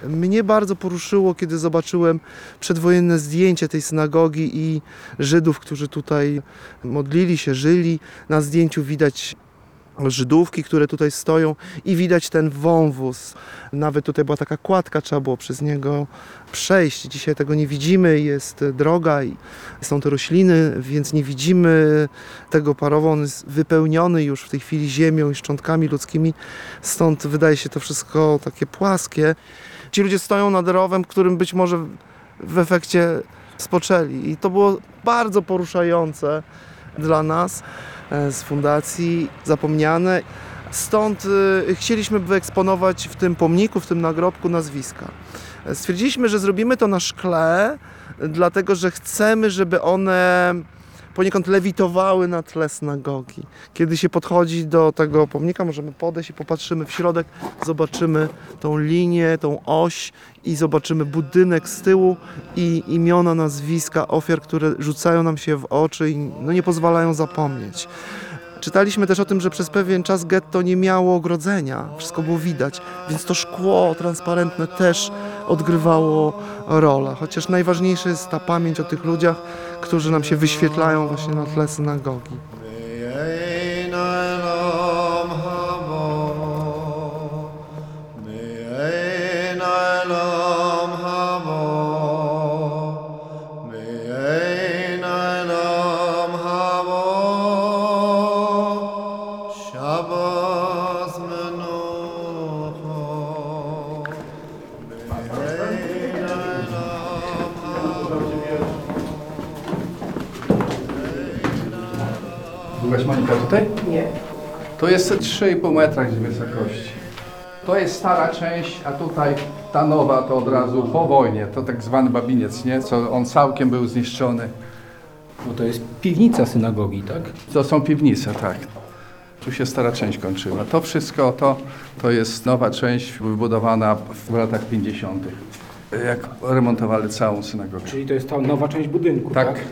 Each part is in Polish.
Mnie bardzo poruszyło, kiedy zobaczyłem przedwojenne zdjęcie tej synagogi i Żydów, którzy tutaj modlili się, żyli. Na zdjęciu widać Żydówki, które tutaj stoją i widać ten wąwóz. Nawet tutaj była taka kładka, trzeba było przez niego przejść. Dzisiaj tego nie widzimy, jest droga i są te rośliny, więc nie widzimy tego parowu. On jest wypełniony już w tej chwili ziemią i szczątkami ludzkimi, stąd wydaje się to wszystko takie płaskie. Ci ludzie stoją nad rowem, którym być może w efekcie spoczęli i to było bardzo poruszające dla nas z fundacji Zapomniane. Stąd chcieliśmy wyeksponować w tym pomniku, w tym nagrobku nazwiska. Stwierdziliśmy, że zrobimy to na szkle, dlatego że chcemy, żeby one poniekąd lewitowały na tle synagogi. Kiedy się podchodzi do tego pomnika, możemy podejść i popatrzymy w środek, zobaczymy tą linię, tą oś i zobaczymy budynek z tyłu i imiona, nazwiska ofiar, które rzucają nam się w oczy i nie pozwalają zapomnieć. Czytaliśmy też o tym, że przez pewien czas getto nie miało ogrodzenia, wszystko było widać, więc to szkło transparentne też odgrywało rolę. Chociaż najważniejsza jest ta pamięć o tych ludziach, którzy nam się wyświetlają właśnie na tle synagogi. Byłaś, Monika, tutaj? Nie. To jest 3,5 metra z wysokości. To jest stara część, a tutaj ta nowa to od razu po wojnie. To tak zwany babiniec, nie? Co on całkiem był zniszczony. Bo to jest piwnica synagogi, tak? To są piwnice, tak. Tu się stara część kończyła. To wszystko to jest nowa część wybudowana w latach 50. Jak remontowali całą synagogę. Czyli to jest ta nowa część budynku, Tak. tak?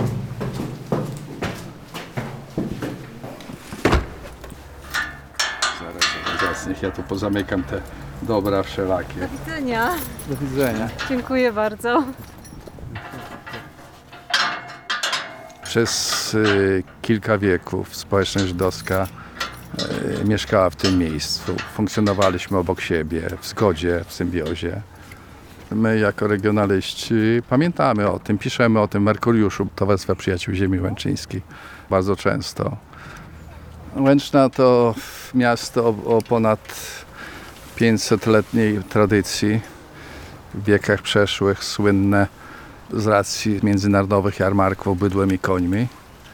Zaraz niech ja tu pozamykam te dobra wszelakie. Do widzenia. Do widzenia. Dziękuję bardzo. Przez kilka wieków społeczność żydowska mieszkała w tym miejscu. Funkcjonowaliśmy obok siebie, w zgodzie, w symbiozie. My jako regionaliści pamiętamy o tym, piszemy o tym w Merkuriuszu Towarzystwa Przyjaciół Ziemi Łęczyńskiej bardzo często. Łęczna to miasto o ponad 500-letniej tradycji, w wiekach przeszłych słynne z racji międzynarodowych jarmarków bydłem i końmi.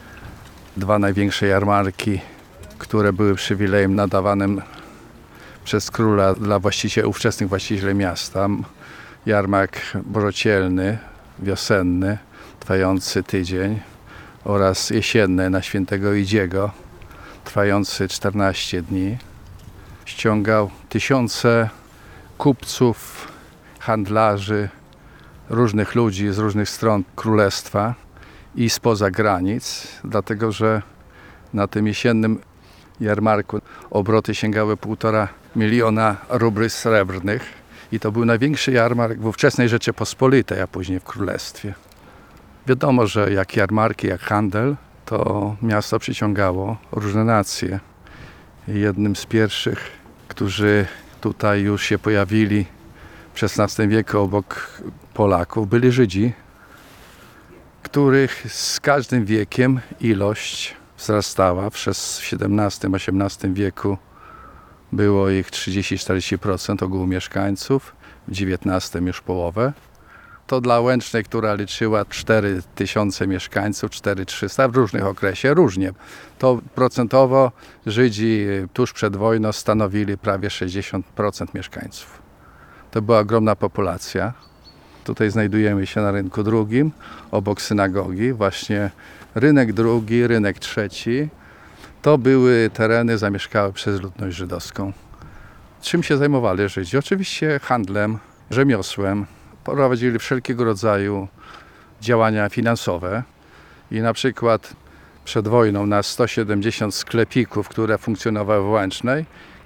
2 największe jarmarki, które były przywilejem nadawanym przez króla dla ówczesnych właścicieli miasta. Jarmark bożocielny, wiosenny, trwający tydzień oraz jesienny na Świętego Idziego, trwający 14 dni. Ściągał tysiące kupców, handlarzy, różnych ludzi z różnych stron królestwa i spoza granic, dlatego że na tym jesiennym jarmarku obroty sięgały 1,5 miliona rubli srebrnych i to był największy jarmark w ówczesnej Rzeczypospolitej, a później w Królestwie. Wiadomo, że jak jarmarki, jak handel, to miasto przyciągało różne nacje. Jednym z pierwszych, którzy tutaj już się pojawili w XVI wieku obok Polaków, byli Żydzi, których z każdym wiekiem ilość wzrastała. Przez XVII-XVIII wieku było ich 30-40% ogółu mieszkańców, w XIX już połowę. To dla Łęcznej, która liczyła 4000 mieszkańców, 4300 w różnych okresie, różnie. To procentowo Żydzi tuż przed wojną stanowili prawie 60% mieszkańców. To była ogromna populacja. Tutaj znajdujemy się na rynku drugim, obok synagogi. Właśnie rynek drugi, rynek trzeci. To były tereny zamieszkałe przez ludność żydowską. Czym się zajmowali Żydzi? Oczywiście handlem, rzemiosłem. Prowadzili wszelkiego rodzaju działania finansowe i na przykład przed wojną na 170 sklepików, które funkcjonowały w Łęcznej,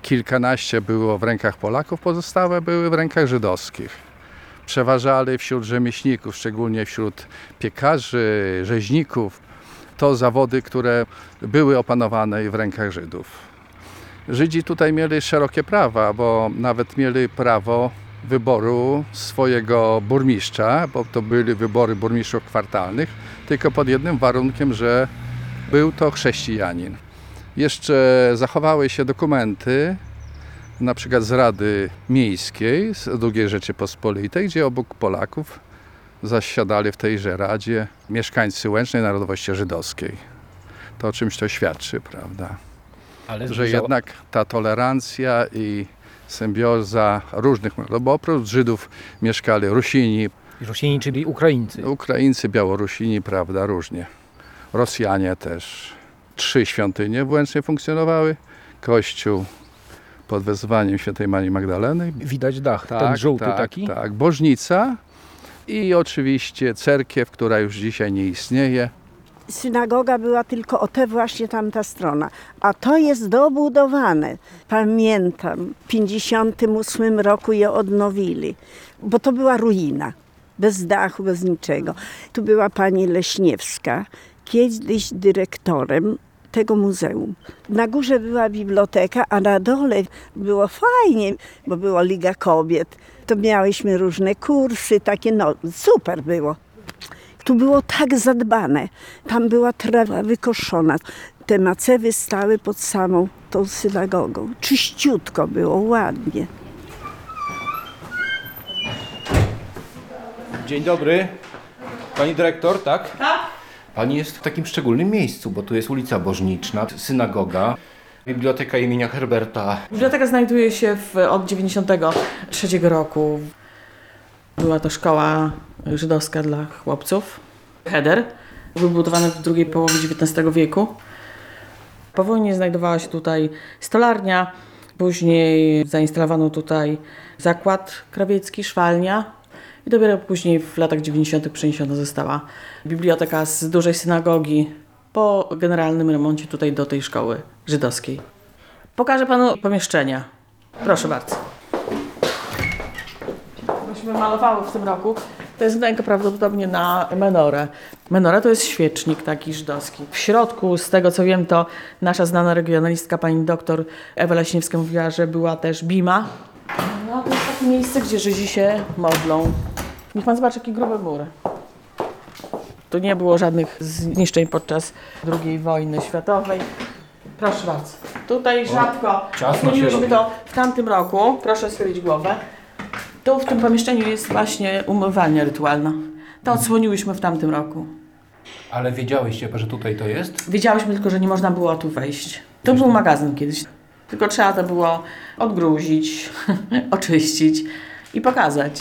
kilkanaście było w rękach Polaków, pozostałe były w rękach żydowskich. Przeważali wśród rzemieślników, szczególnie wśród piekarzy, rzeźników. To zawody, które były opanowane w rękach Żydów. Żydzi tutaj mieli szerokie prawa, bo nawet mieli prawo wyboru swojego burmistrza, bo to były wybory burmistrzów kwartalnych, tylko pod jednym warunkiem, że był to chrześcijanin. Jeszcze zachowały się dokumenty, na przykład z Rady Miejskiej z II Rzeczypospolitej, gdzie obok Polaków zasiadali w tejże Radzie mieszkańcy Łęcznej narodowości żydowskiej. To o czymś to świadczy, prawda? Ale Że jednak ta tolerancja i symbioza różnych narodów, bo oprócz Żydów mieszkali Rusini, Rosjanie, czyli Ukraińcy. Ukraińcy, Białorusini, prawda, różnie. Rosjanie też. 3 świątynie w Łęcznej funkcjonowały. Kościół pod wezwaniem świętej Marii Magdaleny. Widać dach, ten żółty taki. Tak, bożnica i oczywiście cerkiew, która już dzisiaj nie istnieje. Synagoga była tylko o te właśnie tamta strona, a to jest dobudowane. Pamiętam, w 1958 roku je odnowili, bo to była ruina, bez dachu, bez niczego. Tu była pani Leśniewska, kiedyś dyrektorem tego muzeum. Na górze była biblioteka, a na dole było fajnie, bo była Liga Kobiet. To miałyśmy różne kursy, takie no super było. Tu było tak zadbane. Tam była trawa wykoszona. Te macewy stały pod samą tą synagogą. Czyściutko było, ładnie. Dzień dobry. Pani dyrektor, tak? Tak. Pani jest w takim szczególnym miejscu, bo tu jest ulica Bożniczna, synagoga, biblioteka imienia Herberta. Biblioteka znajduje się od 1993 roku. Była to szkoła żydowska dla chłopców. Heder. Wybudowany w drugiej połowie XIX wieku. Po wojnie znajdowała się tutaj stolarnia. Później zainstalowano tutaj zakład krawiecki, szwalnia. I dopiero później w latach 90. przeniesiona została biblioteka z dużej synagogi po generalnym remoncie tutaj do tej szkoły żydowskiej. Pokażę panu pomieszczenia. Proszę bardzo. Myśmy malowały w tym roku. To jest wnęka prawdopodobnie na menorę. Menora to jest świecznik taki żydowski. W środku, z tego co wiem, to nasza znana regionalistka pani doktor Ewa Leśniewska mówiła, że była też bima. No to jest takie miejsce, gdzie Żydzi się modlą. Niech pan zobaczy, jakie grube mury. Tu nie było żadnych zniszczeń podczas II wojny światowej. Proszę bardzo. Tutaj rzadko zmieniliśmy to w tamtym roku. Proszę schylić głowę. Tu w tym pomieszczeniu jest właśnie umywalnia rytualna. To odsłoniłyśmy w tamtym roku. Ale wiedziałyście, że tutaj to jest? Wiedziałyśmy tylko, że nie można było tu wejść. To był magazyn kiedyś. Tylko trzeba to było odgruzić, oczyścić i pokazać.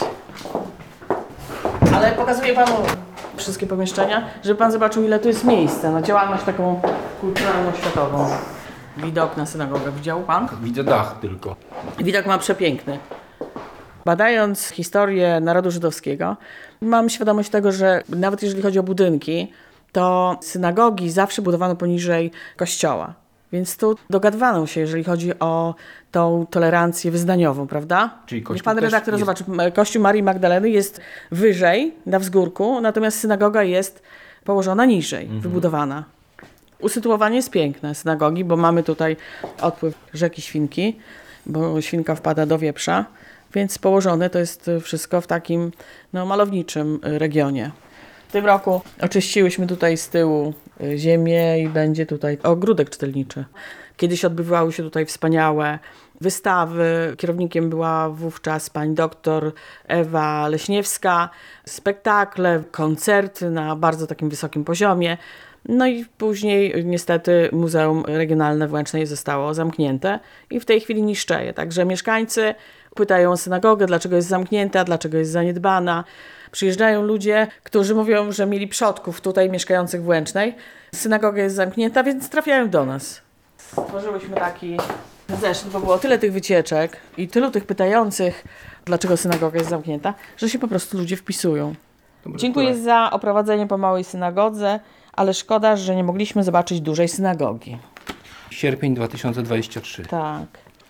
Ale pokazuję panu wszystkie pomieszczenia, żeby pan zobaczył, ile tu jest miejsca na działalność taką kulturalną, światową. Widok na synagogę widział pan? Widzę dach tylko. Widok ma przepiękny. Badając historię narodu żydowskiego, mam świadomość tego, że nawet jeżeli chodzi o budynki, to synagogi zawsze budowano poniżej kościoła. Więc tu dogadywano się, jeżeli chodzi o tą tolerancję wyznaniową, prawda? Czyli kościół Niech pan też redaktor jest... zobaczy, kościół Marii Magdaleny jest wyżej, na wzgórku, natomiast synagoga jest położona niżej, wybudowana. Usytuowanie jest piękne synagogi, bo mamy tutaj odpływ rzeki Świnki, bo Świnka wpada do Wieprza, więc położone to jest wszystko w takim malowniczym regionie. W tym roku oczyściłyśmy tutaj z tyłu ziemię i będzie tutaj ogródek czytelniczy. Kiedyś odbywały się tutaj wspaniałe wystawy. Kierownikiem była wówczas pani doktor Ewa Leśniewska. Spektakle, koncerty na bardzo takim wysokim poziomie. No i później niestety Muzeum Regionalne w Łęcznej zostało zamknięte i w tej chwili niszczeje. Także mieszkańcy pytają o synagogę, dlaczego jest zamknięta, dlaczego jest zaniedbana. Przyjeżdżają ludzie, którzy mówią, że mieli przodków tutaj mieszkających w Łęcznej. Synagoga jest zamknięta, więc trafiają do nas. Stworzyłyśmy taki zeszyt, bo było tyle tych wycieczek i tylu tych pytających, dlaczego synagoga jest zamknięta, że się po prostu ludzie wpisują. Dziękuję za oprowadzenie po małej synagodze, ale szkoda, że nie mogliśmy zobaczyć dużej synagogi. Sierpień 2023. Tak.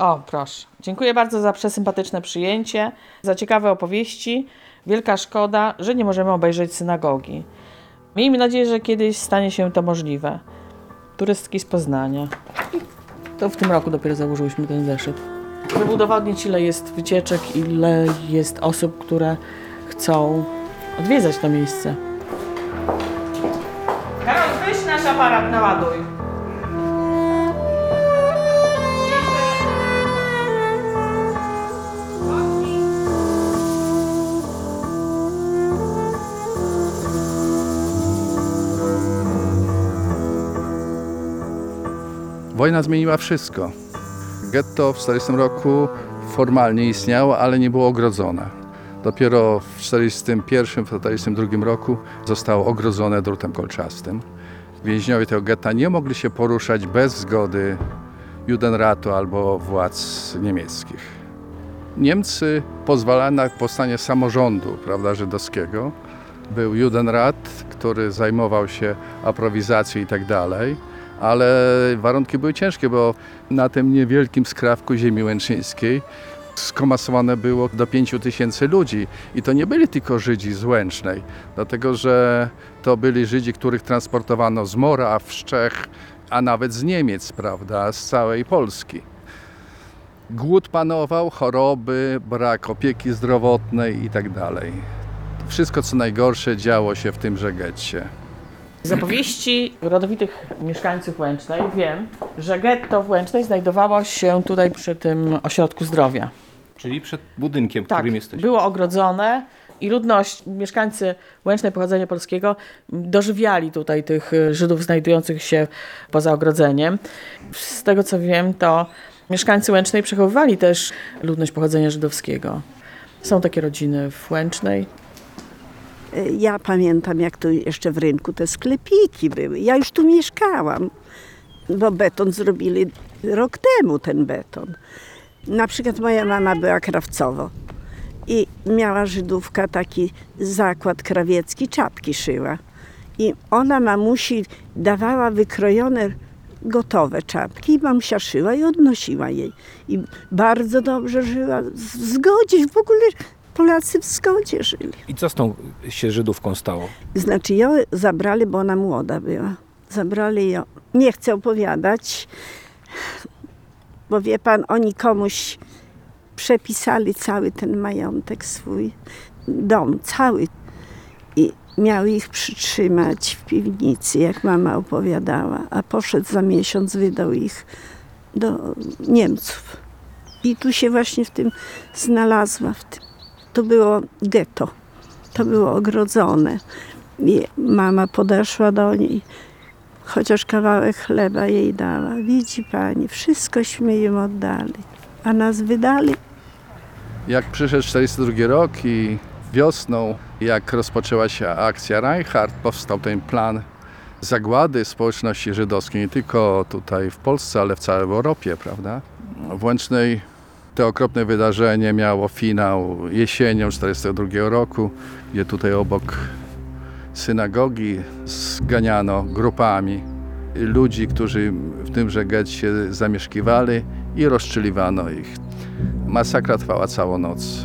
O, proszę. Dziękuję bardzo za przesympatyczne przyjęcie, za ciekawe opowieści. Wielka szkoda, że nie możemy obejrzeć synagogi. Miejmy nadzieję, że kiedyś stanie się to możliwe. Turystki z Poznania. To w tym roku dopiero założyłyśmy ten zeszyt. Żeby udowodnić, ile jest wycieczek, ile jest osób, które chcą odwiedzać to miejsce. Karol, weź nasz aparat, naładuj. Wojna zmieniła wszystko. Getto w 1940 roku formalnie istniało, ale nie było ogrodzone. Dopiero w 1941, w 1942 roku zostało ogrodzone drutem kolczastym. Więźniowie tego getta nie mogli się poruszać bez zgody Judenratu albo władz niemieckich. Niemcy pozwalali na powstanie samorządu, prawda, żydowskiego. Był Judenrat, który zajmował się aprowizacją i tak dalej. Ale warunki były ciężkie, bo na tym niewielkim skrawku ziemi łęczyńskiej skomasowane było do 5000 ludzi. I to nie byli tylko Żydzi z Łęcznej, dlatego że to byli Żydzi, których transportowano z Moraw, z Czech, a nawet z Niemiec, prawda, z całej Polski. Głód panował, choroby, brak opieki zdrowotnej i tak dalej. Wszystko, co najgorsze, działo się w tymże getcie. Z opowieści rodowitych mieszkańców Łęcznej wiem, że getto w Łęcznej znajdowało się tutaj przy tym ośrodku zdrowia. Czyli przed budynkiem, w Tak, którym jesteśmy. było ogrodzone i ludność, mieszkańcy Łęcznej pochodzenia polskiego dożywiali tutaj tych Żydów znajdujących się poza ogrodzeniem. Z tego co wiem, to mieszkańcy Łęcznej przechowywali też ludność pochodzenia żydowskiego. Są takie rodziny w Łęcznej. Ja pamiętam, jak tu jeszcze w rynku te sklepiki były. Ja już tu mieszkałam, bo beton zrobili rok temu, ten beton. Na przykład moja mama była krawcowo i miała Żydówka taki zakład krawiecki, czapki szyła. I ona mamusi dawała wykrojone, gotowe czapki i mamusia szyła i odnosiła jej. I bardzo dobrze żyła, w zgodzie, w ogóle Polacy w zgodzie żyli. I co z tą się Żydówką stało? Znaczy ją zabrali, bo ona młoda była. Zabrali ją. Nie chcę opowiadać, bo wie pan, oni komuś przepisali cały ten majątek swój, dom cały. I miał ich przytrzymać w piwnicy, jak mama opowiadała. A poszedł za miesiąc, wydał ich do Niemców. I tu się właśnie w tym znalazła. To było getto. To było ogrodzone. I mama podeszła do niej, chociaż kawałek chleba jej dała. Widzi pani, wszystkośmy im oddali, a nas wydali. Jak przyszedł 1942 rok i wiosną, jak rozpoczęła się akcja Reinhardt, powstał ten plan zagłady społeczności żydowskiej, nie tylko tutaj w Polsce, ale w całej Europie, prawda? W Łęcznej to okropne wydarzenie miało finał jesienią 1942 roku, gdzie tutaj obok synagogi zganiano grupami ludzi, którzy w tymże getcie zamieszkiwali i rozstrzeliwano ich. Masakra trwała całą noc.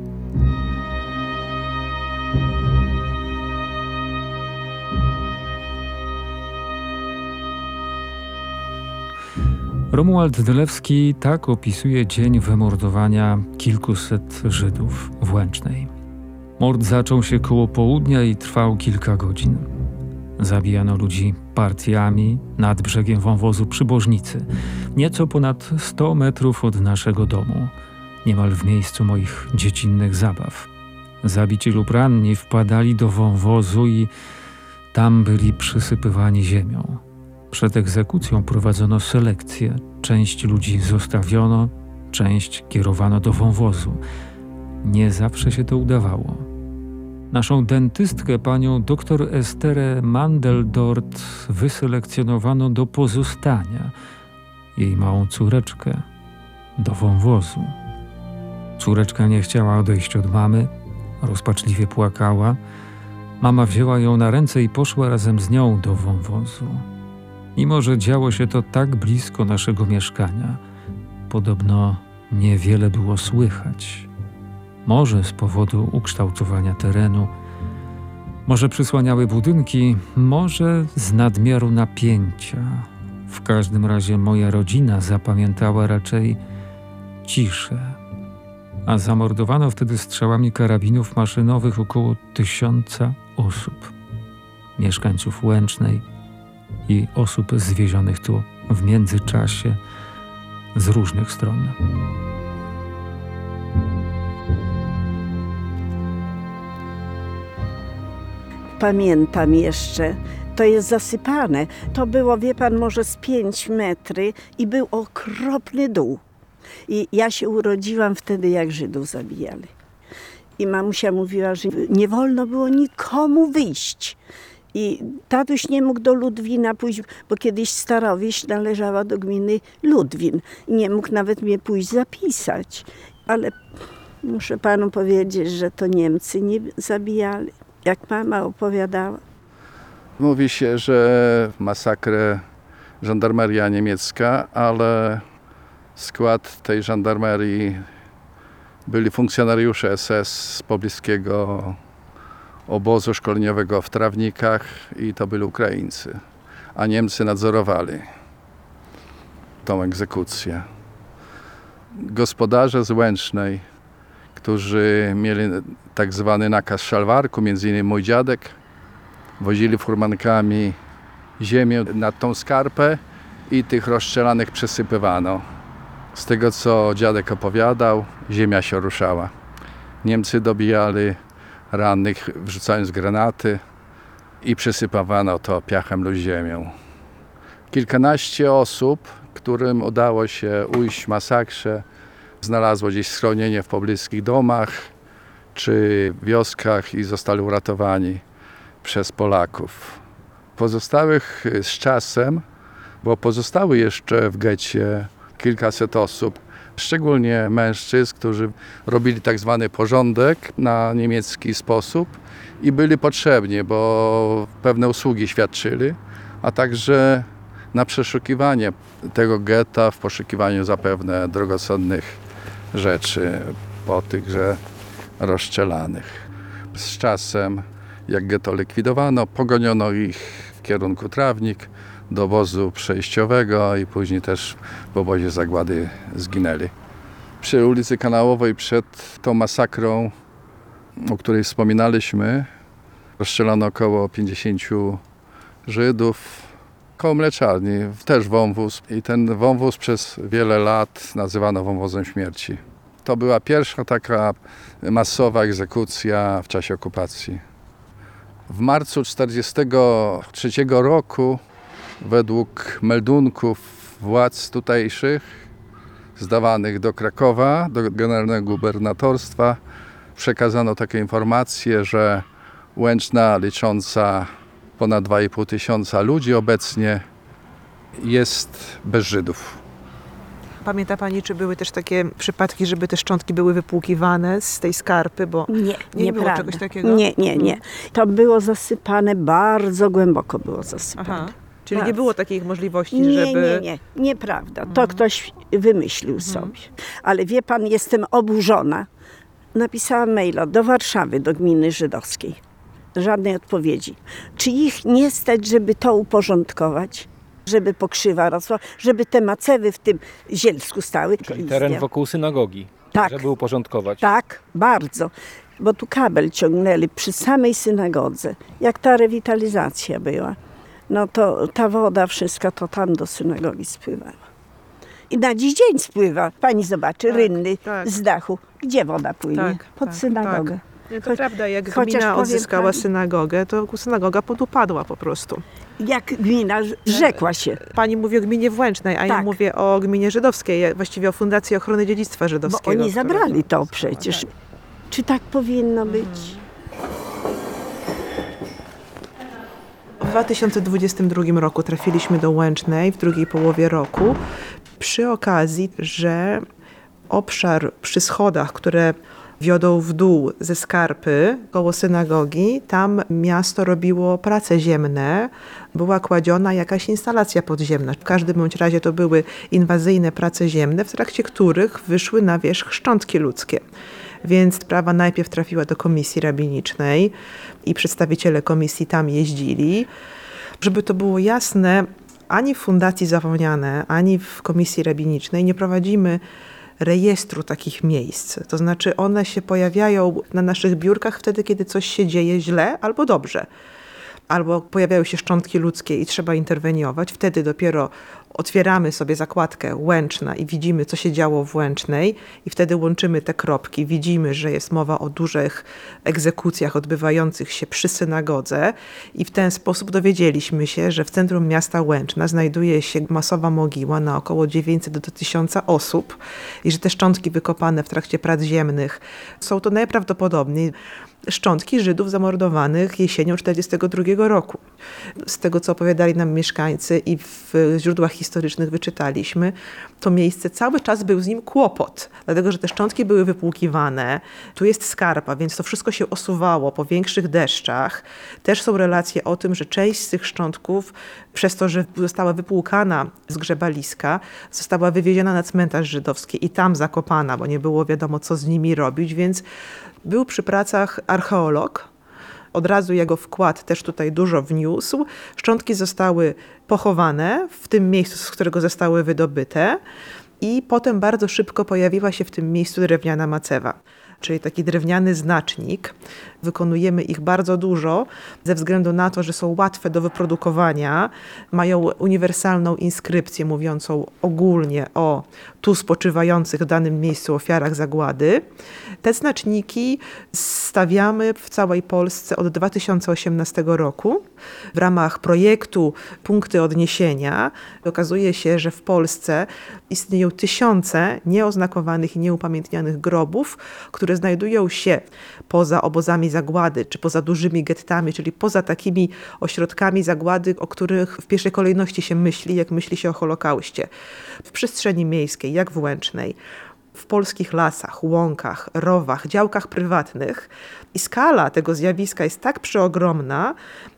Romuald Dylewski tak opisuje dzień wymordowania kilkuset Żydów w Łęcznej. Mord zaczął się koło południa i trwał kilka godzin. Zabijano ludzi partiami nad brzegiem wąwozu przy Bożnicy, nieco ponad 100 metrów od naszego domu, niemal w miejscu moich dziecinnych zabaw. Zabici lub ranni wpadali do wąwozu i tam byli przysypywani ziemią. Przed egzekucją prowadzono selekcję. Część ludzi zostawiono, część kierowano do wąwozu. Nie zawsze się to udawało. Naszą dentystkę, panią dr Esterę Mandeldort, wyselekcjonowano do pozostania. Jej małą córeczkę do wąwozu. Córeczka nie chciała odejść od mamy, rozpaczliwie płakała. Mama wzięła ją na ręce i poszła razem z nią do wąwozu. Mimo że działo się to tak blisko naszego mieszkania, podobno niewiele było słychać. Może z powodu ukształtowania terenu, może przysłaniały budynki, może z nadmiaru napięcia. W każdym razie moja rodzina zapamiętała raczej ciszę. A zamordowano wtedy strzałami karabinów maszynowych około 1000 osób. Mieszkańców Łęcznej i osób zwiezionych tu w międzyczasie z różnych stron. Pamiętam jeszcze, to jest zasypane. To było, wie pan, może z 5 metry i był okropny dół. I ja się urodziłam wtedy, jak Żydów zabijali. I mamusia mówiła, że nie wolno było nikomu wyjść. I tatuś nie mógł do Ludwina pójść, bo kiedyś Stara Wieś należała do gminy Ludwin. I nie mógł nawet mnie pójść zapisać. Ale muszę panu powiedzieć, że to Niemcy nie zabijali, jak mama opowiadała. Mówi się, że masakrę żandarmeria niemiecka, ale w skład tej żandarmerii byli funkcjonariusze SS z pobliskiego obozu szkoleniowego w Trawnikach i to byli Ukraińcy, a Niemcy nadzorowali tą egzekucję. Gospodarze z Łęcznej, którzy mieli tak zwany nakaz szalwarku, między innymi mój dziadek, wozili furmankami ziemię nad tą skarpę i tych rozstrzelanych przesypywano. Z tego, co dziadek opowiadał, ziemia się ruszała. Niemcy dobijali rannych, wrzucając granaty i przesypywano to piachem lub ziemią. Kilkanaście osób, którym udało się ujść w masakrze, znalazło gdzieś schronienie w pobliskich domach czy wioskach i zostali uratowani przez Polaków. Pozostałych z czasem, bo pozostały jeszcze w getcie kilkaset osób, szczególnie mężczyzn, którzy robili tak zwany porządek na niemiecki sposób i byli potrzebni, bo pewne usługi świadczyli, a także na przeszukiwanie tego getta, w poszukiwaniu zapewne drogocennych rzeczy po tychże rozstrzelanych. Z czasem, jak getto likwidowano, pogoniono ich w kierunku Trawnik do obozu przejściowego i później też w obozie zagłady zginęli. Przy ulicy Kanałowej przed tą masakrą, o której wspominaliśmy, rozstrzelano około 50 Żydów. Koło mleczarni, też wąwóz i ten wąwóz przez wiele lat nazywano wąwozem śmierci. To była pierwsza taka masowa egzekucja w czasie okupacji. W marcu 1943 roku według meldunków władz tutejszych zdawanych do Krakowa, do generalnego gubernatorstwa, przekazano takie informacje, że Łęczna, licząca ponad 2,5 tysiąca ludzi obecnie, jest bez Żydów. Pamięta pani, czy były też takie przypadki, żeby te szczątki były wypłukiwane z tej skarpy? Bo nie było czegoś takiego? Nie. To było zasypane, bardzo głęboko było zasypane. Aha. Czyli nie było takich możliwości, Nie, żeby... nieprawda. To ktoś wymyślił sobie. Ale wie pan, jestem oburzona. Napisałam maila do Warszawy, do gminy żydowskiej. Żadnej odpowiedzi. Czy ich nie stać, żeby to uporządkować? Żeby pokrzywa rosła, żeby te macewy w tym Zielsku stały. Czyli teren wokół synagogi, tak, żeby uporządkować. Tak, bardzo. Bo tu kabel ciągnęli przy samej synagodze. Jak ta rewitalizacja była, no to ta woda wszystka to tam do synagogi spływała. I na dziś dzień spływa. Pani zobaczy, rynny z dachu. Gdzie woda płynie? Pod synagogę. Tak. Nie, to prawda, jak chociaż gmina powiem odzyskała pani, synagogę, to synagoga podupadła po prostu. Jak gmina rzekła się. Pani mówi o gminie Włęcznej, a ja Tak. mówię o gminie żydowskiej, właściwie o Fundacji Ochrony Dziedzictwa Żydowskiego. Bo oni zabrali to przecież. Czy tak powinno być? W 2022 roku trafiliśmy do Łęcznej w drugiej połowie roku przy okazji, że obszar przy schodach, które wiodą w dół ze skarpy koło synagogi. Tam miasto robiło prace ziemne, była kładziona jakaś instalacja podziemna. W każdym bądź razie to były inwazyjne prace ziemne, w trakcie których wyszły na wierzch szczątki ludzkie. Więc sprawa najpierw trafiła do komisji rabinicznej i przedstawiciele komisji tam jeździli. Żeby to było jasne, ani w Fundacji Zapomniane, ani w komisji rabinicznej nie prowadzimy rejestru takich miejsc. To znaczy one się pojawiają na naszych biurkach wtedy, kiedy coś się dzieje źle albo dobrze. Albo pojawiają się szczątki ludzkie i trzeba interweniować. Wtedy dopiero otwieramy sobie zakładkę Łęczna i widzimy, co się działo w Łęcznej i wtedy łączymy te kropki. Widzimy, że jest mowa o dużych egzekucjach odbywających się przy synagodze i w ten sposób dowiedzieliśmy się, że w centrum miasta Łęczna znajduje się masowa mogiła na około 900 do 1000 osób i że te szczątki wykopane w trakcie prac ziemnych są to najprawdopodobniej szczątki Żydów zamordowanych jesienią 1942 roku. Z tego, co opowiadali nam mieszkańcy i w źródłach historycznych wyczytaliśmy, to miejsce cały czas był z nim kłopot, dlatego że te szczątki były wypłukiwane. Tu jest skarpa, więc to wszystko się osuwało po większych deszczach. Też są relacje o tym, że część z tych szczątków, przez to, że została wypłukana z grzebaliska, została wywieziona na cmentarz żydowski i tam zakopana, bo nie było wiadomo, co z nimi robić, więc był przy pracach archeolog. Od razu jego wkład też tutaj dużo wniósł. Szczątki zostały pochowane w tym miejscu, z którego zostały wydobyte i potem bardzo szybko pojawiła się w tym miejscu drewniana macewa, czyli taki drewniany znacznik. Wykonujemy ich bardzo dużo ze względu na to, że są łatwe do wyprodukowania, mają uniwersalną inskrypcję mówiącą ogólnie o tu spoczywających w danym miejscu ofiarach zagłady. Te znaczniki stawiamy w całej Polsce od 2018 roku. W ramach projektu Punkty Odniesienia okazuje się, że w Polsce istnieją tysiące nieoznakowanych i nieupamiętnianych grobów, które znajdują się poza obozami zagłady, czy poza dużymi gettami, czyli poza takimi ośrodkami zagłady, o których w pierwszej kolejności się myśli, jak myśli się o Holokauście. W przestrzeni miejskiej, jak w Łęcznej, w polskich lasach, łąkach, rowach, działkach prywatnych. I skala tego zjawiska jest tak przeogromna,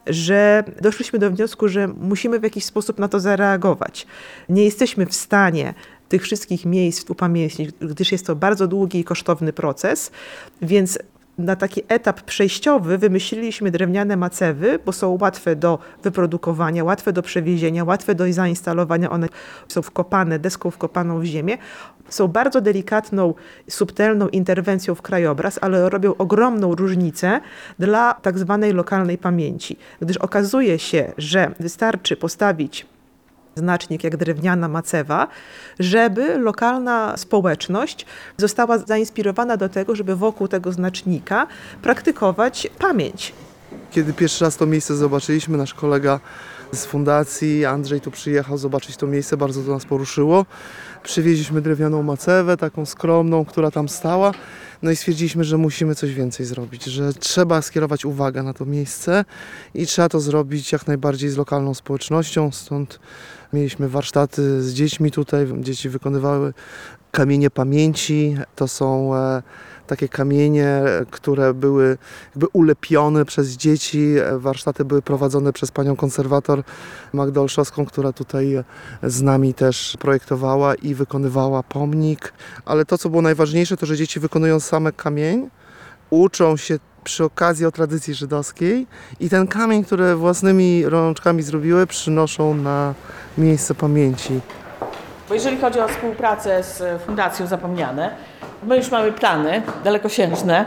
że doszliśmy do wniosku, że musimy w jakiś sposób na to zareagować. Nie jesteśmy w stanie tych wszystkich miejsc upamiętnić, gdyż jest to bardzo długi i kosztowny proces, więc na taki etap przejściowy wymyśliliśmy drewniane macewy, bo są łatwe do wyprodukowania, łatwe do przewiezienia, łatwe do zainstalowania. One są wkopane, deską wkopaną w ziemię. Są bardzo delikatną, subtelną interwencją w krajobraz, ale robią ogromną różnicę dla tak zwanej lokalnej pamięci. Gdyż okazuje się, że wystarczy postawić znacznik jak drewniana macewa, żeby lokalna społeczność została zainspirowana do tego, żeby wokół tego znacznika praktykować pamięć. Kiedy pierwszy raz to miejsce zobaczyliśmy, nasz kolega z fundacji, Andrzej, tu przyjechał zobaczyć to miejsce, bardzo to nas poruszyło. Przywieźliśmy drewnianą macewę, taką skromną, która tam stała. No i stwierdziliśmy, że musimy coś więcej zrobić, że trzeba skierować uwagę na to miejsce i trzeba to zrobić jak najbardziej z lokalną społecznością. Stąd mieliśmy warsztaty z dziećmi tutaj. Dzieci wykonywały kamienie pamięci. To są takie kamienie, które były jakby ulepione przez dzieci. Warsztaty były prowadzone przez panią konserwator Magdę Olszowską, która tutaj z nami też projektowała i wykonywała pomnik. Ale to, co było najważniejsze, to, że dzieci wykonują same kamień, uczą się przy okazji o tradycji żydowskiej i ten kamień, który własnymi rączkami zrobiły, przynoszą na miejsce pamięci. Bo jeżeli chodzi o współpracę z Fundacją Zapomniane, my już mamy plany dalekosiężne,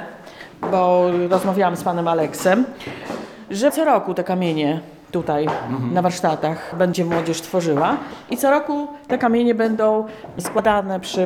bo rozmawiałam z panem Aleksem, że co roku te kamienie tutaj na warsztatach będzie młodzież tworzyła i co roku te kamienie będą składane przy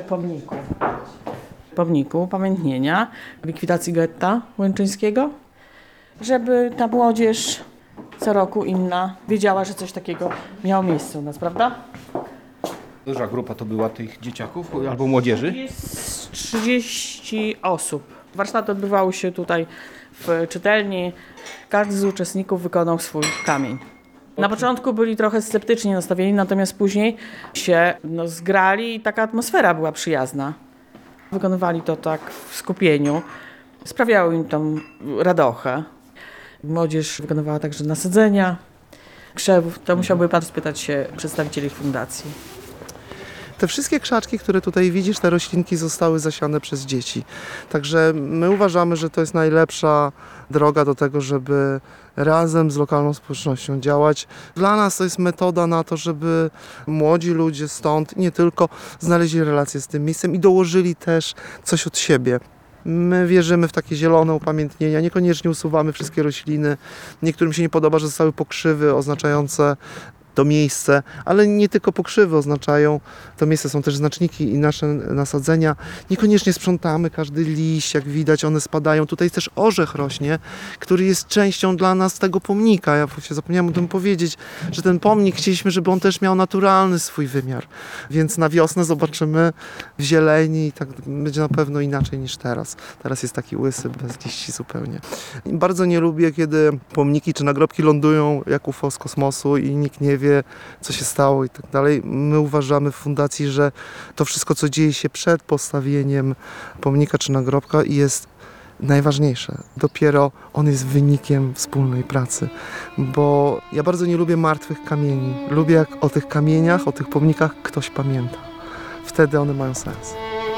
pomniku upamiętnienia likwidacji getta łęczyńskiego, żeby ta młodzież co roku inna wiedziała, że coś takiego miało miejsce u nas, prawda? Duża grupa to była tych dzieciaków albo młodzieży? Jest 30 osób. Warsztaty odbywały się tutaj w czytelni. Każdy z uczestników wykonał swój kamień. Na początku byli trochę sceptycznie nastawieni, natomiast później się zgrali i taka atmosfera była przyjazna. Wykonywali to tak w skupieniu. Sprawiało im tam radochę. Młodzież wykonywała także nasadzenia krzewów. To musiałby pan spytać się przedstawicieli fundacji. Te wszystkie krzaczki, które tutaj widzisz, te roślinki zostały zasiane przez dzieci. Także my uważamy, że to jest najlepsza droga do tego, żeby razem z lokalną społecznością działać. Dla nas to jest metoda na to, żeby młodzi ludzie stąd nie tylko znaleźli relacje z tym miejscem i dołożyli też coś od siebie. My wierzymy w takie zielone upamiętnienia, niekoniecznie usuwamy wszystkie rośliny. Niektórym się nie podoba, że zostały pokrzywy oznaczające to miejsce, ale nie tylko pokrzywy oznaczają to miejsce, są też znaczniki i nasze nasadzenia. Niekoniecznie sprzątamy każdy liść, jak widać, one spadają. Tutaj też orzech rośnie, który jest częścią dla nas tego pomnika. Ja się zapomniałem o tym powiedzieć, że ten pomnik chcieliśmy, żeby on też miał naturalny swój wymiar. Więc na wiosnę zobaczymy w zieleni i tak będzie na pewno inaczej niż teraz. Teraz jest taki łysy, bez liści zupełnie. I bardzo nie lubię, kiedy pomniki czy nagrobki lądują jak UFO z kosmosu i nikt nie wie, co się stało i tak dalej. My uważamy w fundacji, że to wszystko, co dzieje się przed postawieniem pomnika czy nagrobka, jest najważniejsze. Dopiero on jest wynikiem wspólnej pracy, bo ja bardzo nie lubię martwych kamieni. Lubię, jak o tych kamieniach, o tych pomnikach ktoś pamięta. Wtedy one mają sens.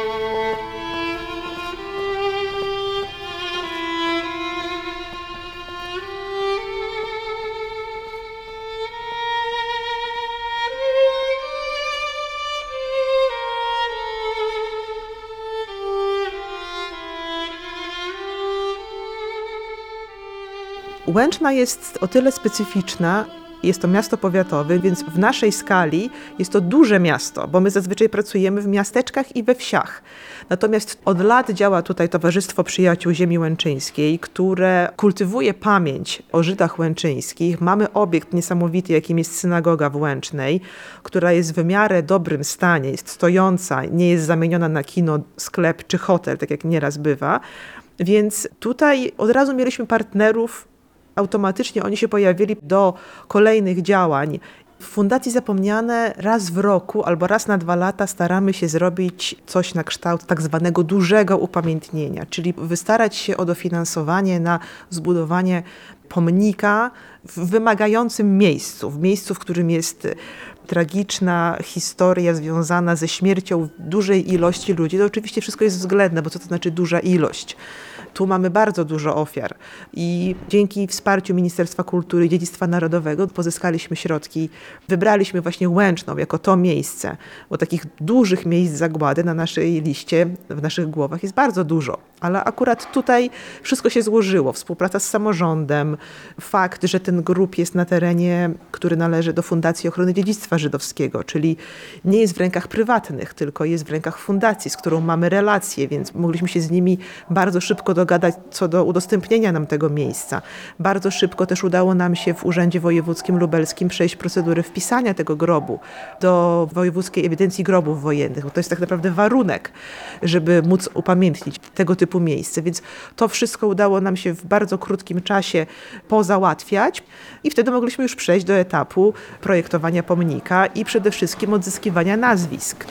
Łęczna jest o tyle specyficzna, jest to miasto powiatowe, więc w naszej skali jest to duże miasto, bo my zazwyczaj pracujemy w miasteczkach i we wsiach. Natomiast od lat działa tutaj Towarzystwo Przyjaciół Ziemi Łęczyńskiej, które kultywuje pamięć o Żydach łęczyńskich. Mamy obiekt niesamowity, jakim jest synagoga w Łęcznej, która jest w miarę dobrym stanie, jest stojąca, nie jest zamieniona na kino, sklep czy hotel, tak jak nieraz bywa. Więc tutaj od razu mieliśmy partnerów. Automatycznie oni się pojawili do kolejnych działań. W Fundacji Zapomniane raz w roku albo raz na 2 lata staramy się zrobić coś na kształt tak zwanego dużego upamiętnienia, czyli wystarać się o dofinansowanie na zbudowanie pomnika w wymagającym miejscu, w miejscu, w którym jest tragiczna historia związana ze śmiercią dużej ilości ludzi. To oczywiście wszystko jest względne, bo co to znaczy duża ilość? Tu mamy bardzo dużo ofiar i dzięki wsparciu Ministerstwa Kultury i Dziedzictwa Narodowego pozyskaliśmy środki. Wybraliśmy właśnie Łęczną jako to miejsce, bo takich dużych miejsc zagłady na naszej liście, w naszych głowach jest bardzo dużo. Ale akurat tutaj wszystko się złożyło. Współpraca z samorządem, fakt, że ten grób jest na terenie, który należy do Fundacji Ochrony Dziedzictwa Żydowskiego, czyli nie jest w rękach prywatnych, tylko jest w rękach fundacji, z którą mamy relacje, więc mogliśmy się z nimi bardzo szybko dogadać co do udostępnienia nam tego miejsca. Bardzo szybko też udało nam się w Urzędzie Wojewódzkim Lubelskim przejść procedurę wpisania tego grobu do Wojewódzkiej Ewidencji Grobów Wojennych, bo to jest tak naprawdę warunek, żeby móc upamiętnić tego typu miejsce. Więc to wszystko udało nam się w bardzo krótkim czasie pozałatwiać i wtedy mogliśmy już przejść do etapu projektowania pomnika i przede wszystkim odzyskiwania nazwisk.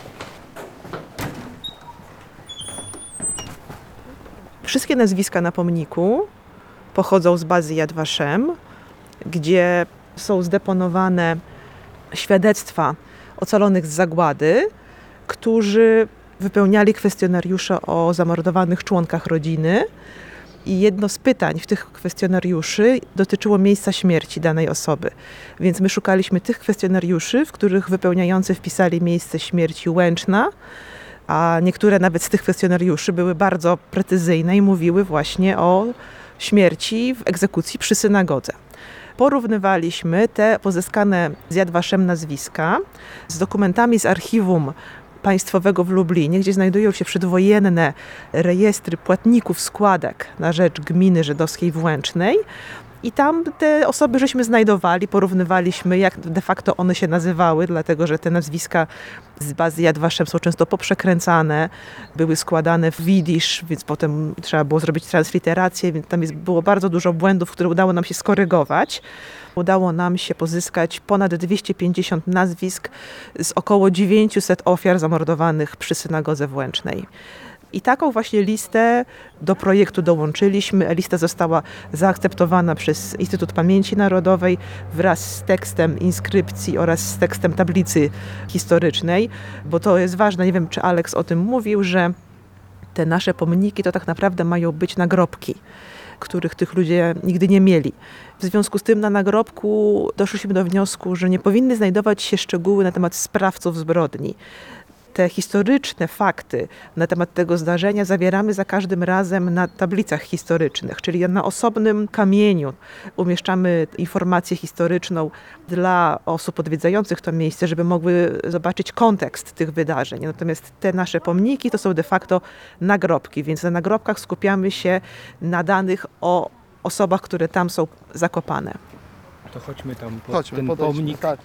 Wszystkie nazwiska na pomniku pochodzą z bazy Yad Vashem, gdzie są zdeponowane świadectwa ocalonych z zagłady, którzy wypełniali kwestionariusze o zamordowanych członkach rodziny. I jedno z pytań w tych kwestionariuszy dotyczyło miejsca śmierci danej osoby. Więc my szukaliśmy tych kwestionariuszy, w których wypełniający wpisali miejsce śmierci Łęczna, a niektóre nawet z tych kwestionariuszy były bardzo precyzyjne i mówiły właśnie o śmierci w egzekucji przy synagodze. Porównywaliśmy te pozyskane z Yad Vashem nazwiska z dokumentami z archiwum państwowego w Lublinie, gdzie znajdują się przedwojenne rejestry płatników składek na rzecz gminy żydowskiej w Łęcznej. I tam te osoby żeśmy znajdowali, porównywaliśmy, jak de facto one się nazywały, dlatego że te nazwiska z bazy Yad Vashem są często poprzekręcane, były składane w jidysz, więc potem trzeba było zrobić transliterację, więc tam było bardzo dużo błędów, które udało nam się skorygować. Udało nam się pozyskać ponad 250 nazwisk z około 900 ofiar zamordowanych przy synagodze w Łęcznej. I taką właśnie listę do projektu dołączyliśmy. Lista została zaakceptowana przez Instytut Pamięci Narodowej wraz z tekstem inskrypcji oraz z tekstem tablicy historycznej, bo to jest ważne, nie wiem czy Aleks o tym mówił, że te nasze pomniki to tak naprawdę mają być nagrobki, których tych ludzie nigdy nie mieli. W związku z tym na nagrobku doszliśmy do wniosku, że nie powinny znajdować się szczegóły na temat sprawców zbrodni. Te historyczne fakty na temat tego zdarzenia zawieramy za każdym razem na tablicach historycznych, czyli na osobnym kamieniu umieszczamy informację historyczną dla osób odwiedzających to miejsce, żeby mogły zobaczyć kontekst tych wydarzeń. Natomiast te nasze pomniki to są de facto nagrobki, więc na nagrobkach skupiamy się na danych o osobach, które tam są zakopane. To chodźmy tam pod Chodźmy, ten podejdźmy, pomnik. tak.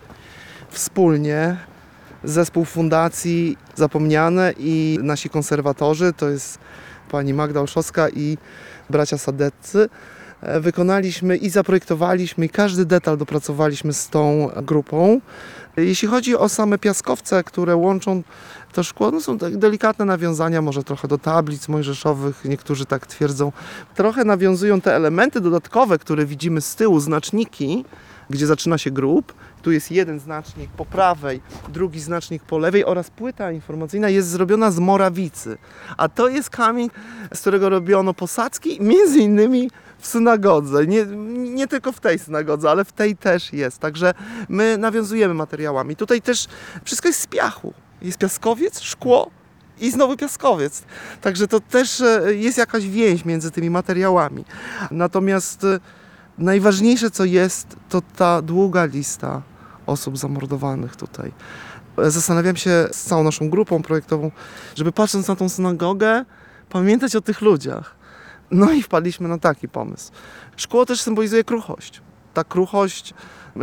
Wspólnie zespół Fundacji Zapomniane i nasi konserwatorzy, to jest pani Magda Olszowska i bracia Sadeccy, wykonaliśmy i zaprojektowaliśmy i każdy detal dopracowaliśmy z tą grupą. Jeśli chodzi o same piaskowce, które łączą to szkło, no są tak delikatne nawiązania może trochę do tablic mojżeszowych, niektórzy tak twierdzą. Trochę nawiązują te elementy dodatkowe, które widzimy z tyłu, znaczniki, gdzie zaczyna się grób. Tu jest jeden znacznik po prawej, drugi znacznik po lewej oraz płyta informacyjna jest zrobiona z morawicy. A to jest kamień, z którego robiono posadzki, między innymi w synagodze. Nie tylko w tej synagodze, ale w tej też jest. Także my nawiązujemy materiałami. Tutaj też wszystko jest z piachu. Jest piaskowiec, szkło i znowu piaskowiec. Także to też jest jakaś więź między tymi materiałami. Natomiast najważniejsze co jest, to ta długa lista osób zamordowanych tutaj. Zastanawiam się z całą naszą grupą projektową, żeby patrząc na tą synagogę, pamiętać o tych ludziach. No i wpadliśmy na taki pomysł. Szkło też symbolizuje kruchość. Ta kruchość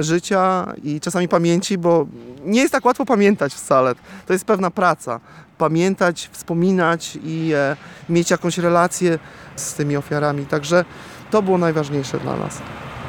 życia i czasami pamięci, bo nie jest tak łatwo pamiętać wcale. To jest pewna praca. Pamiętać, wspominać i mieć jakąś relację z tymi ofiarami. Także to było najważniejsze dla nas.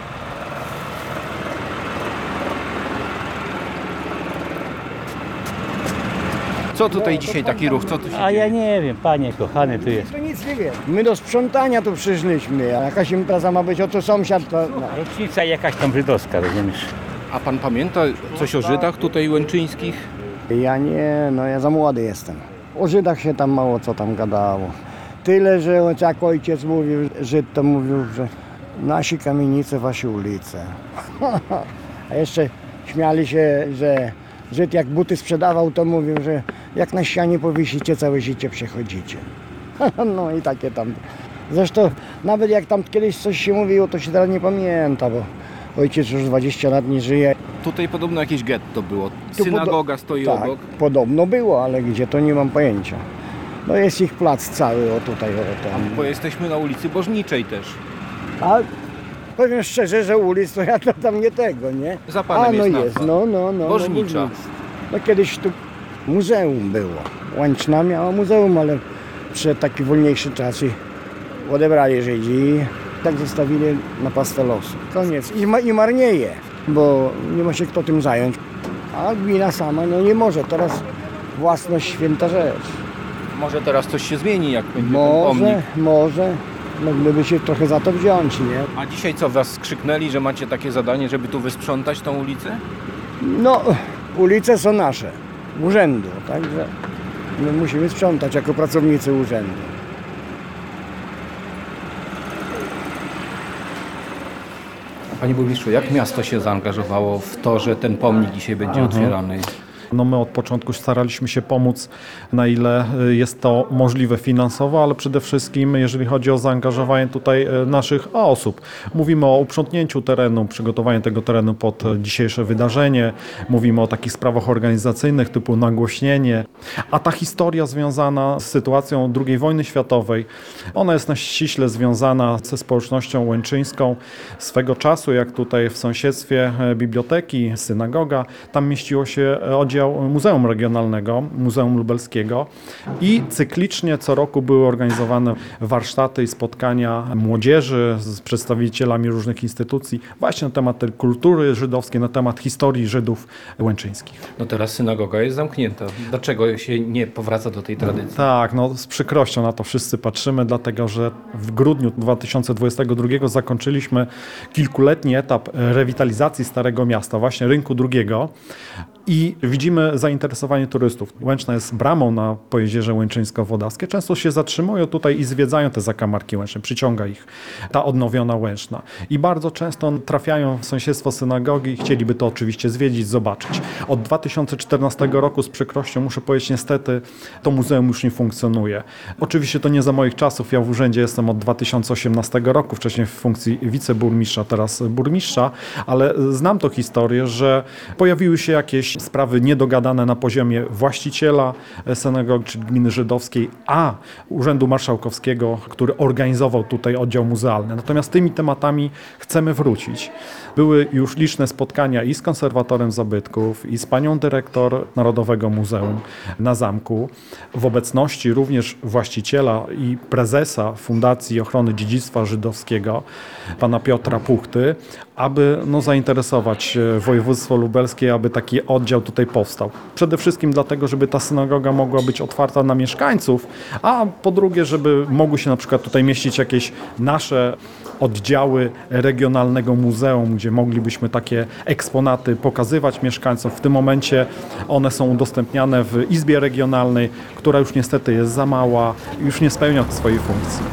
Co tutaj dzisiaj taki ruch? Co tu się A dzieje? ja nie wiem, panie kochany, tu jest. To nic nie wiem. My do sprzątania tu przyszliśmy, a jakaś impreza ma być, oto sąsiad to... No. Rocznica jakaś tam żydowska, rozumiesz? A pan pamięta coś o Żydach tutaj łęczyńskich? Ja nie, no ja za młody jestem. O Żydach się tam mało co tam gadało. Tyle, że jak ojciec mówił, Żyd to mówił, że nasi kamienice, wasi ulice. A jeszcze śmiali się, że Żyd jak buty sprzedawał, to mówił, że jak na ścianie powiesicie, całe życie przechodzicie. No i takie tam. Zresztą nawet jak tam kiedyś coś się mówiło, to się teraz nie pamięta, bo ojciec już 20 lat nie żyje. Tutaj podobno jakieś getto było. Synagoga stoi tak, obok. Podobno było, ale gdzie to nie mam pojęcia. No jest ich plac cały, o tutaj, o tam. Bo jesteśmy na ulicy Bożniczej też. A powiem szczerze, że ulic to ja to tam nie tego, nie? Za panem no jest jest, nazwa. no. Bożnicza. No kiedyś tu muzeum było. Łęczna miała muzeum, ale przed taki wolniejszy czas i odebrali Żydzi i tak zostawili na pastę losu. Koniec. I marnieje, bo nie ma się kto tym zająć. A gmina sama no nie może. Teraz własność święta rzecz. Może teraz coś się zmieni, jak będzie ten pomnik. Może. Mogliby się trochę za to wziąć, nie? A dzisiaj co, was skrzyknęli, że macie takie zadanie, żeby tu wysprzątać tą ulicę? No, ulice są nasze, urzędu, także my musimy sprzątać jako pracownicy urzędu. Panie burmistrzu, jak miasto się zaangażowało w to, że ten pomnik dzisiaj będzie otwierany? No my od początku staraliśmy się pomóc, na ile jest to możliwe finansowo, ale przede wszystkim jeżeli chodzi o zaangażowanie tutaj naszych osób. Mówimy o uprzątnięciu terenu, przygotowaniu tego terenu pod dzisiejsze wydarzenie. Mówimy o takich sprawach organizacyjnych typu nagłośnienie. A ta historia związana z sytuacją II wojny światowej, ona jest ściśle związana ze społecznością łęczyńską. Swego czasu, jak tutaj w sąsiedztwie biblioteki, synagoga, tam mieściło się oddział oddział Muzeum Regionalnego, Muzeum Lubelskiego i cyklicznie co roku były organizowane warsztaty i spotkania młodzieży z przedstawicielami różnych instytucji właśnie na temat tej kultury żydowskiej, na temat historii Żydów łęczyńskich. No teraz synagoga jest zamknięta. Dlaczego się nie powraca do tej tradycji? Tak, no z przykrością na to wszyscy patrzymy, dlatego że w grudniu 2022 zakończyliśmy kilkuletni etap rewitalizacji Starego Miasta, właśnie Rynku Drugiego i widzimy zainteresowanie turystów. Łęczna jest bramą na Pojezierze Łęczyńsko-Wodawskie. Często się zatrzymują tutaj i zwiedzają te zakamarki Łęczne, przyciąga ich ta odnowiona Łęczna. I bardzo często trafiają w sąsiedztwo synagogi i chcieliby to oczywiście zwiedzić, zobaczyć. Od 2014 roku z przykrością muszę powiedzieć, niestety to muzeum już nie funkcjonuje. Oczywiście to nie za moich czasów, ja w urzędzie jestem od 2018 roku, wcześniej w funkcji wiceburmistrza, teraz burmistrza, ale znam tą historię, że pojawiły się jakieś sprawy niedogadane na poziomie właściciela synagogi, czyli gminy żydowskiej, a Urzędu Marszałkowskiego, który organizował tutaj oddział muzealny. Natomiast tymi tematami chcemy wrócić. Były już liczne spotkania i z konserwatorem zabytków, i z panią dyrektor Narodowego Muzeum na Zamku, w obecności również właściciela i prezesa Fundacji Ochrony Dziedzictwa Żydowskiego, pana Piotra Puchty, aby zainteresować województwo lubelskie, aby taki oddział tutaj powstał. Przede wszystkim dlatego, żeby ta synagoga mogła być otwarta na mieszkańców, a po drugie, żeby mogły się na przykład tutaj mieścić jakieś nasze oddziały regionalnego muzeum, gdzie moglibyśmy takie eksponaty pokazywać mieszkańcom. W tym momencie one są udostępniane w Izbie Regionalnej, która już niestety jest za mała i już nie spełnia swojej funkcji.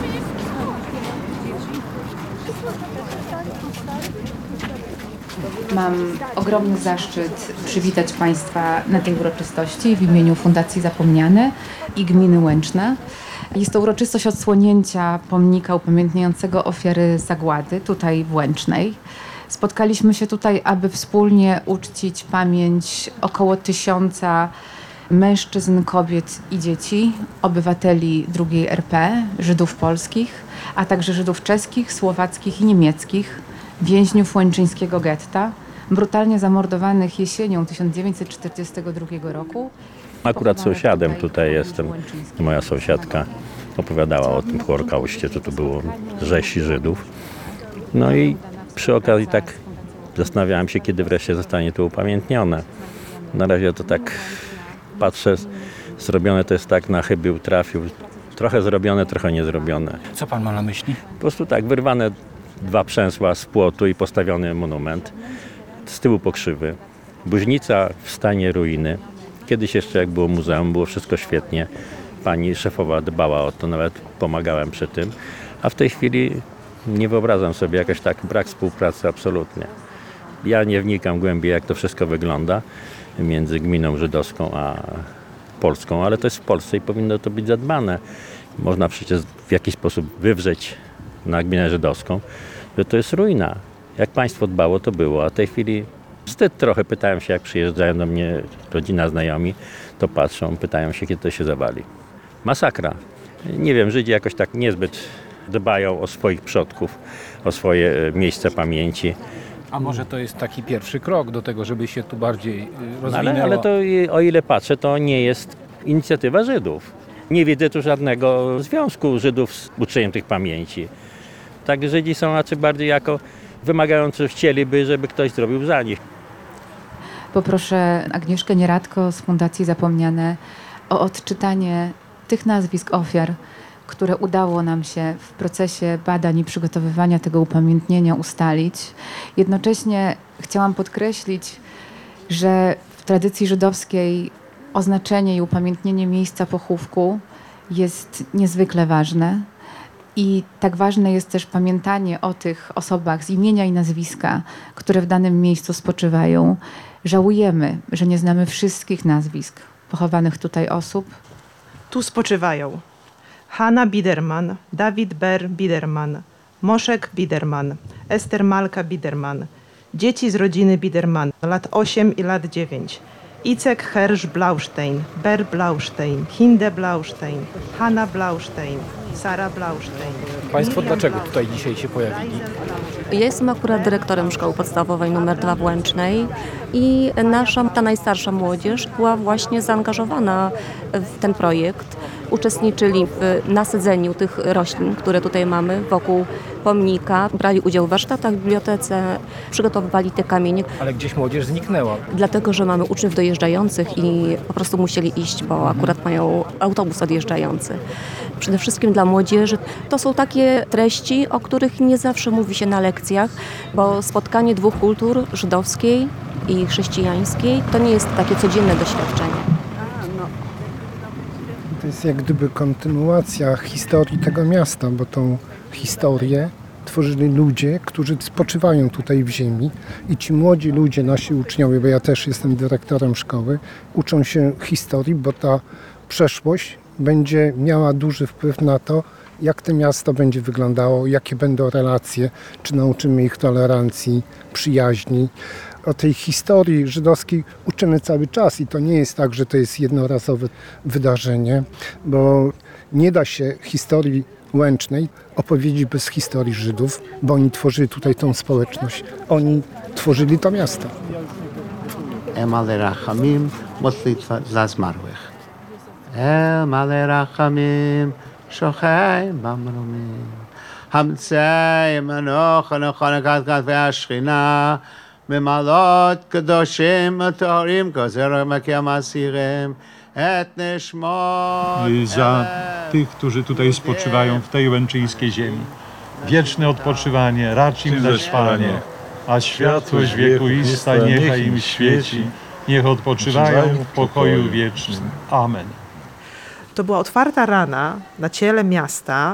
Mam ogromny zaszczyt przywitać Państwa na tej uroczystości w imieniu Fundacji Zapomniane i Gminy Łęczna. Jest to uroczystość odsłonięcia pomnika upamiętniającego ofiary zagłady tutaj w Łęcznej. Spotkaliśmy się tutaj, aby wspólnie uczcić pamięć około 1000 mężczyzn, kobiet i dzieci, obywateli II RP, Żydów polskich, a także Żydów czeskich, słowackich i niemieckich, więźniów łęczyńskiego getta, brutalnie zamordowanych jesienią 1942 roku. Akurat sąsiadem tutaj jestem. Moja sąsiadka opowiadała o tym Holokauście, co tu było, rzezi Żydów. No i przy okazji tak zastanawiałem się, kiedy wreszcie zostanie to upamiętnione. Na razie to tak patrzę, zrobione to jest tak na chybił trafił. Trochę zrobione, trochę nie zrobione. Co pan ma na myśli? Po prostu tak, wyrwane 2 przęsła z płotu i postawiony monument. Z tyłu pokrzywy. Buźnica w stanie ruiny. Kiedyś jeszcze jak było muzeum, było wszystko świetnie. Pani szefowa dbała o to, nawet pomagałem przy tym. A w tej chwili nie wyobrażam sobie jakoś tak brak współpracy absolutnie. Ja nie wnikam głębiej, jak to wszystko wygląda między gminą żydowską a polską, ale to jest w Polsce i powinno to być zadbane. Można przecież w jakiś sposób wywrzeć na gminę żydowską, że to jest ruina. Jak państwo dbało, to było, a w tej chwili wstyd trochę. Pytałem się, jak przyjeżdżają do mnie rodzina, znajomi, to patrzą, pytają się, kiedy to się zawali. Masakra. Nie wiem, Żydzi jakoś tak niezbyt dbają o swoich przodków, o swoje miejsce pamięci. A może to jest taki pierwszy krok do tego, żeby się tu bardziej rozwinęło? Ale to o ile patrzę, to nie jest inicjatywa Żydów. Nie widzę tu żadnego związku Żydów z uczeniem tych pamięci. Tak Żydzi są raczej bardziej jako wymagający, chcieliby, żeby ktoś zrobił za nich. Poproszę Agnieszkę Nieradko z Fundacji Zapomniane o odczytanie tych nazwisk ofiar, które udało nam się w procesie badań i przygotowywania tego upamiętnienia ustalić. Jednocześnie chciałam podkreślić, że w tradycji żydowskiej oznaczenie i upamiętnienie miejsca pochówku jest niezwykle ważne. I tak ważne jest też pamiętanie o tych osobach z imienia i nazwiska, które w danym miejscu spoczywają. Żałujemy, że nie znamy wszystkich nazwisk pochowanych tutaj osób. Tu spoczywają Hanna Biderman, Dawid Ber Biderman, Moszek Biderman, Ester Malka Biderman, dzieci z rodziny Biderman, lat 8 i lat 9, Icek Hersz Blaustein, Ber Blaustein, Hinde Blaustein, Hanna Blaustein, Sara Blaustein. Państwo dlaczego tutaj dzisiaj się pojawili? Ja jestem akurat dyrektorem Szkoły Podstawowej nr 2 w Łęcznej i ta najstarsza młodzież była właśnie zaangażowana w ten projekt. Uczestniczyli w nasadzeniu tych roślin, które tutaj mamy wokół pomnika, brali udział w warsztatach w bibliotece, przygotowywali te kamienie. Ale gdzieś młodzież zniknęła. Dlatego, że mamy uczniów dojeżdżających i po prostu musieli iść, bo akurat mają autobus odjeżdżający. Przede wszystkim dla młodzieży to są takie treści, o których nie zawsze mówi się na lekcjach, bo spotkanie dwóch kultur, żydowskiej i chrześcijańskiej, to nie jest takie codzienne doświadczenie. To jest jak gdyby kontynuacja historii tego miasta, bo tą historię tworzyli ludzie, którzy spoczywają tutaj w ziemi i ci młodzi ludzie, nasi uczniowie, bo ja też jestem dyrektorem szkoły, uczą się historii, bo ta przeszłość będzie miała duży wpływ na to, jak to miasto będzie wyglądało, jakie będą relacje, czy nauczymy ich tolerancji, przyjaźni. O tej historii żydowskiej uczymy cały czas i to nie jest tak, że to jest jednorazowe wydarzenie, bo nie da się historii Łęcznej opowiedzieć bez historii Żydów, bo oni tworzyli tutaj tą społeczność. Oni tworzyli to miasto. Emale Rachamim, modlitwa za zmarłych. Emale Rachamim, Shochai Bamrumim. Hamcei Manoch, Anochonakat Veashchina, ממעלות קדושים וטהורים גוזר מכים אסירים את נשמות za tych, którzy tutaj spoczywają w tej łęczyńskiej ziemi. Wieczne odpoczywanie, racz im dać Panie, a światłość wieku ista niechaj im świeci, niech odpoczywają w pokoju wiecznym. Amen. To była otwarta rana na ciele miasta,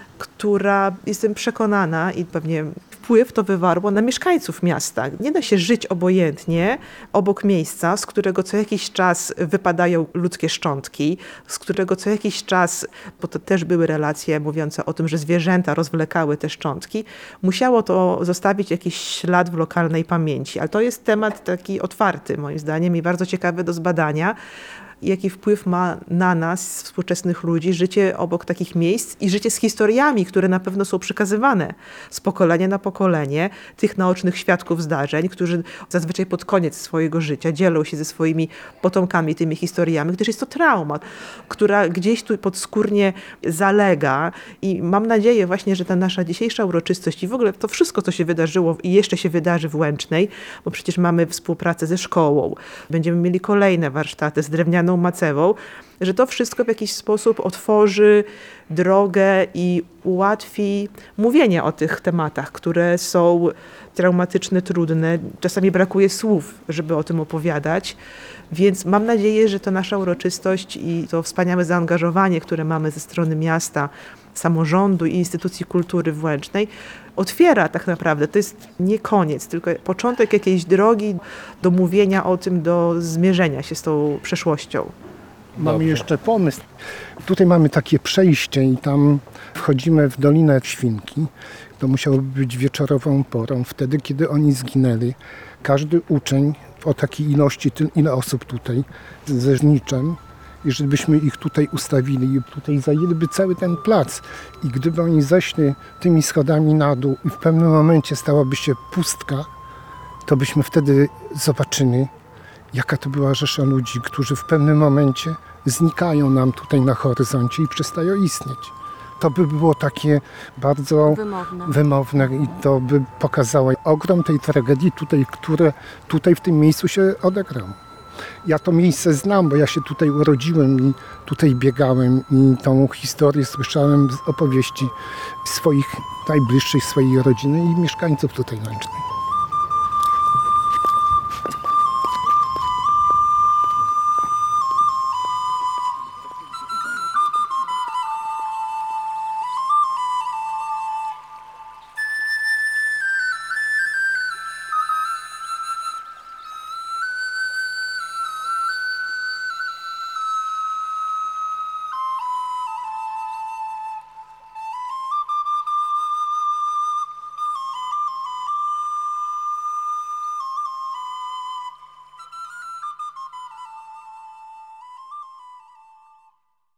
która, jestem przekonana i pewnie wpływ to wywarło na mieszkańców miasta. Nie da się żyć obojętnie obok miejsca, z którego co jakiś czas wypadają ludzkie szczątki, z którego co jakiś czas, bo to też były relacje mówiące o tym, że zwierzęta rozwlekały te szczątki, musiało to zostawić jakiś ślad w lokalnej pamięci. Ale to jest temat taki otwarty moim zdaniem i bardzo ciekawy do zbadania. Jaki wpływ ma na nas, współczesnych ludzi, życie obok takich miejsc i życie z historiami, które na pewno są przekazywane z pokolenia na pokolenie, tych naocznych świadków zdarzeń, którzy zazwyczaj pod koniec swojego życia dzielą się ze swoimi potomkami tymi historiami, gdyż jest to trauma, która gdzieś tu podskórnie zalega i mam nadzieję właśnie, że ta nasza dzisiejsza uroczystość i w ogóle to wszystko, co się wydarzyło i jeszcze się wydarzy w Łęcznej, bo przecież mamy współpracę ze szkołą, będziemy mieli kolejne warsztaty z drewnianą macewą, że to wszystko w jakiś sposób otworzy drogę i ułatwi mówienie o tych tematach, które są traumatyczne, trudne. Czasami brakuje słów, żeby o tym opowiadać, więc mam nadzieję, że to nasza uroczystość i to wspaniałe zaangażowanie, które mamy ze strony miasta, samorządu i instytucji kultury w Łęcznej otwiera tak naprawdę. To jest nie koniec, tylko początek jakiejś drogi do mówienia o tym, do zmierzenia się z tą przeszłością. Mamy jeszcze pomysł. Tutaj mamy takie przejście i tam wchodzimy w Dolinę Świnki. To musiało być wieczorową porą, wtedy kiedy oni zginęli. Każdy uczeń o takiej ilości, ile osób tutaj ze żniczem, i żebyśmy ich tutaj ustawili i tutaj zajęliby cały ten plac. I gdyby oni zeszli tymi schodami na dół i w pewnym momencie stałaby się pustka, to byśmy wtedy zobaczyli, jaka to była rzesza ludzi, którzy w pewnym momencie znikają nam tutaj na horyzoncie i przestają istnieć. To by było takie bardzo wymowne i to by pokazało ogrom tej tragedii, które tutaj w tym miejscu się odegrało. Ja to miejsce znam, bo ja się tutaj urodziłem i tutaj biegałem i tą historię słyszałem z opowieści swoich najbliższych, swojej rodziny i mieszkańców tutaj Łęcznej.